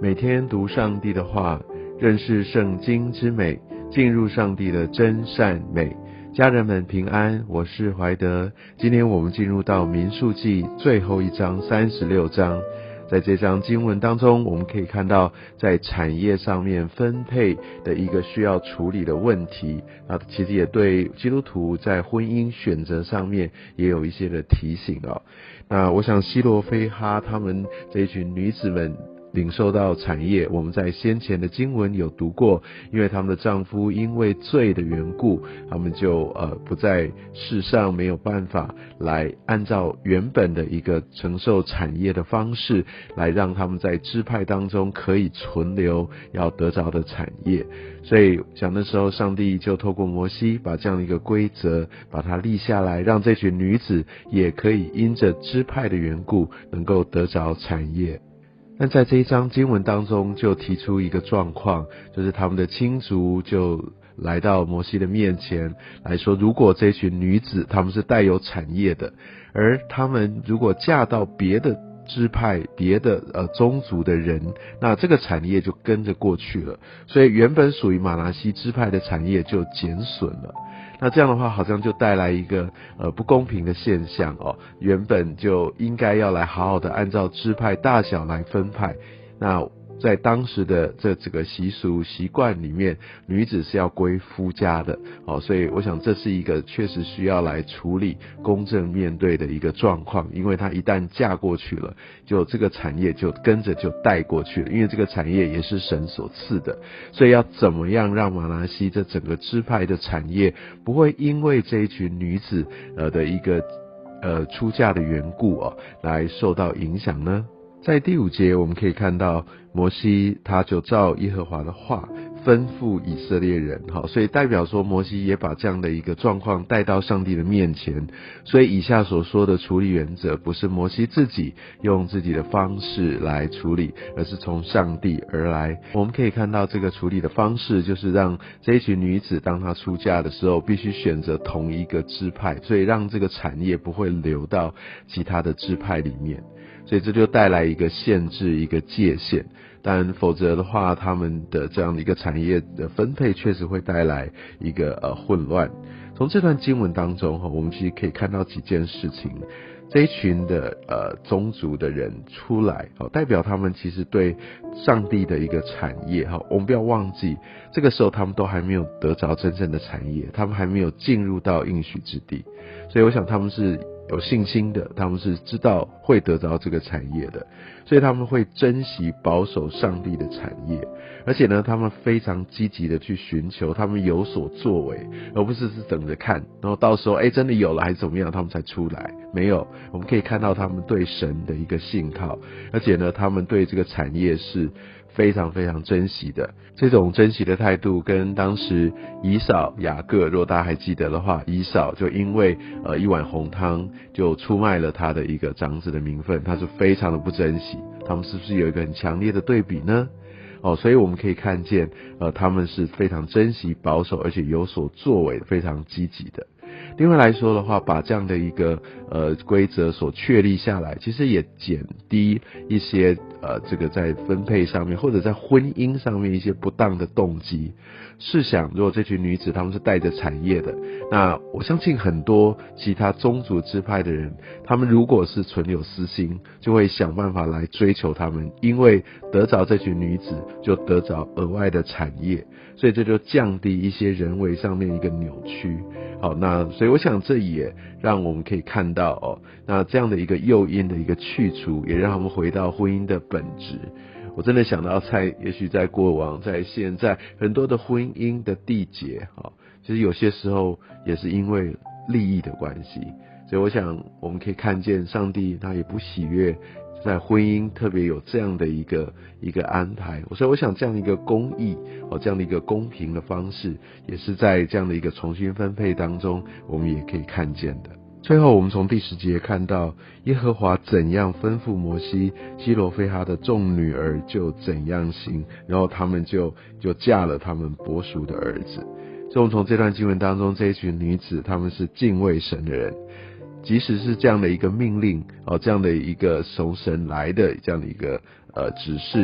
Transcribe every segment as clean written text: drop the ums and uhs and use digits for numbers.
每天读上帝的话，认识圣经之美，进入上帝的真善美。家人们平安，我是怀德。今天我们进入到民数记最后一章36章。在这章经文当中，我们可以看到在产业上面分配的一个需要处理的问题，其实也对基督徒在婚姻选择上面也有一些的提醒哦。那我想希罗非哈他们这一群女子们领受到产业，我们在先前的经文有读过，因为他们的丈夫因为罪的缘故，他们就不在世上，没有办法来按照原本的一个承受产业的方式，来让他们在支派当中可以存留要得着的产业。所以想那时候上帝就透过摩西把这样的一个规则把它立下来，让这群女子也可以因着支派的缘故能够得着产业。但在这一章经文当中就提出一个状况，就是他们的亲族就来到摩西的面前来说，如果这群女子她们是带有产业的，而她们如果嫁到别的支派别的宗族的人，那这个产业就跟着过去了，所以原本属于马拿西支派的产业就减损了。那这样的话好像就带来一个不公平的现象哦，原本就应该要来好好的按照支派大小来分派，那在当时的这个习俗习惯里面，女子是要归夫家的哦，所以我想这是一个确实需要来处理公正面对的一个状况，因为她一旦嫁过去了，就这个产业就跟着就带过去了，因为这个产业也是神所赐的，所以要怎么样让马拿西这整个支派的产业不会因为这一群女子的一个出嫁的缘故哦，来受到影响呢？在第5节我们可以看到摩西他就照耶和华的话吩咐以色列人，所以代表说摩西也把这样的一个状况带到上帝的面前，所以以下所说的处理原则不是摩西自己用自己的方式来处理，而是从上帝而来。我们可以看到这个处理的方式就是让这一群女子当她出嫁的时候必须选择同一个支派，所以让这个产业不会流到其他的支派里面，所以这就带来一个限制一个界限，但否则的话他们的这样的一个产业的分配确实会带来一个混乱。从这段经文当中我们其实可以看到几件事情，这一群的宗族的人出来代表他们其实对上帝的一个产业我们不要忘记这个时候他们都还没有得着真正的产业，他们还没有进入到应许之地，所以我想他们是有信心的，他们是知道会得着这个产业的，所以他们会珍惜保守上帝的产业，而且呢他们非常积极的去寻求，他们有所作为，而不是等着看然后到时候真的有了还是怎么样他们才出来，没有，我们可以看到他们对神的一个信靠，而且呢他们对这个产业是非常非常珍惜的。这种珍惜的态度跟当时以扫雅各，如果大家还记得的话，以扫就因为一碗红汤就出卖了他的一个长子的名分，他是非常的不珍惜，他们是不是有一个很强烈的对比呢？所以我们可以看见他们是非常珍惜保守而且有所作为非常积极的。另外来说的话，把这样的一个规则所确立下来，其实也减低一些这个在分配上面或者在婚姻上面一些不当的动机。试想如果这群女子她们是带着产业的，那我相信很多其他宗族支派的人，他们如果是存有私心，就会想办法来追求他们，因为得着这群女子就得着额外的产业，所以这就降低一些人为上面一个扭曲。好，那所以我想这也让我们可以看到那这样的一个诱因的一个去除，也让他们回到婚姻的本质。我真的想到也许在过往在现在很多的婚姻的缔结其实有些时候也是因为利益的关系，所以我想我们可以看见上帝他也不喜悦在婚姻特别有这样的一个安排，所以我想这样的一个公义这样的一个公平的方式，也是在这样的一个重新分配当中我们也可以看见的。最后我们从第10节看到耶和华怎样吩咐摩西，希罗非哈的众女儿就怎样行，然后他们就嫁了他们伯属的儿子。所以我们从这段经文当中，这一群女子她们是敬畏神的人，即使是这样的一个命令这样的一个从神来的这样的一个指示，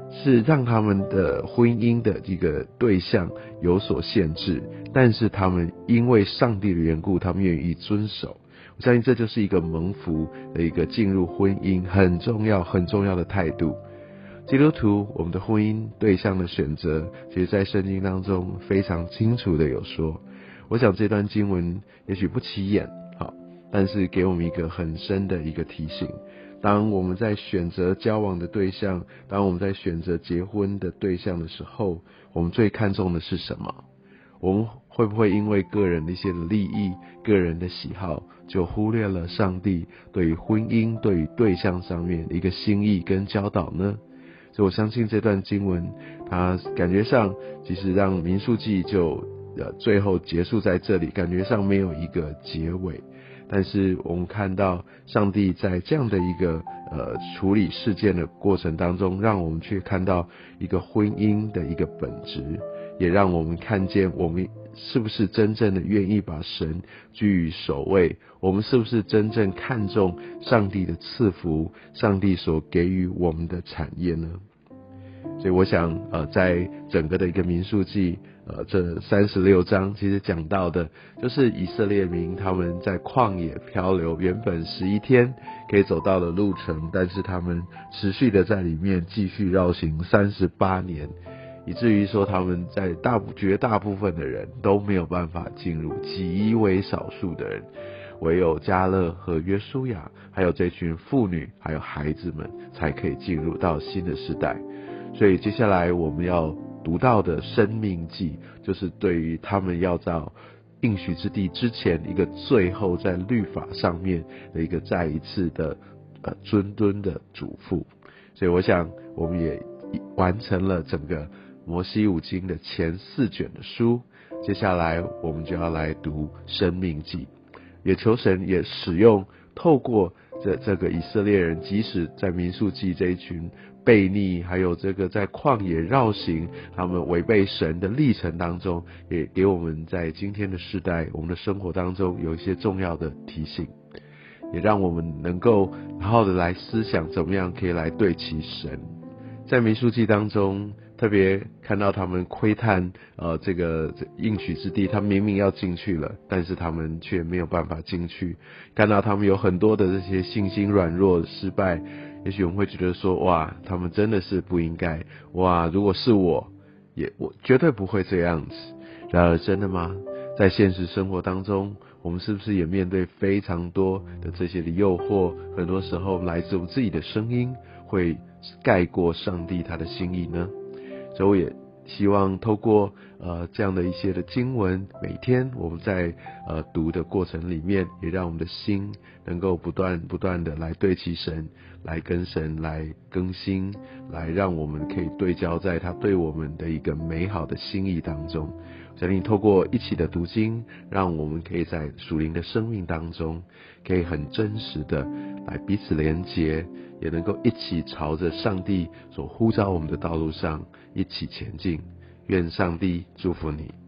是让他们的婚姻的一个对象有所限制，但是他们因为上帝的缘故，他们愿意遵守。我相信这就是一个蒙福的一个进入婚姻很重要的态度。基督徒，我们的婚姻对象的选择，其实在圣经当中非常清楚的有说。我想这段经文也许不起眼，但是给我们一个很深的一个提醒。当我们在选择交往的对象，当我们在选择结婚的对象的时候，我们最看重的是什么？我们会不会因为个人的一些利益、个人的喜好，就忽略了上帝对于婚姻、对于对象上面的一个心意跟教导呢？所以我相信这段经文，它感觉上其实让民数记就最后结束在这里，感觉上没有一个结尾。但是我们看到上帝在这样的一个处理事件的过程当中，让我们去看到一个婚姻的一个本质，也让我们看见我们是不是真正的愿意把神居于首位，我们是不是真正看重上帝的赐福，上帝所给予我们的产业呢？所以我想在整个的一个民数记这36章其实讲到的就是以色列民他们在旷野漂流，原本11天可以走到的路程，但是他们持续的在里面继续绕行38年，以至于说他们在绝大部分的人都没有办法进入，极为少数的人，唯有迦勒和约书亚还有这群妇女还有孩子们才可以进入到新的时代。所以接下来我们要读到的生命记，就是对于他们要到应许之地之前一个最后在律法上面的一个再一次的尊敦的嘱咐。所以我想我们也完成了整个摩西五经的前4卷的书，接下来我们就要来读生命记，也求神也使用透过这个以色列人，即使在民数记这一群悖逆，还有这个在旷野绕行，他们违背神的历程当中，也给我们在今天的世代，我们的生活当中有一些重要的提醒，也让我们能够好好的来思想怎么样可以来对齐神。在民数记当中特别看到他们窥探这个应许之地，他们明明要进去了，但是他们却没有办法进去，看到他们有很多的这些信心软弱失败，也许我们会觉得说，哇，他们真的是不应该，哇，如果是我绝对不会这样子。然而真的吗？在现实生活当中，我们是不是也面对非常多的这些的诱惑，很多时候来自我们自己的声音会盖过上帝他的心意呢？所以我也希望透过这样的一些的经文，每天我们在读的过程里面，也让我们的心能够不断的来对齐神，来跟神来更新，来让我们可以对焦在他对我们的一个美好的心意当中。相信透过一起的读经，让我们可以在属灵的生命当中，可以很真实的来彼此连结，也能够一起朝着上帝所呼召我们的道路上一起前进。愿上帝祝福你。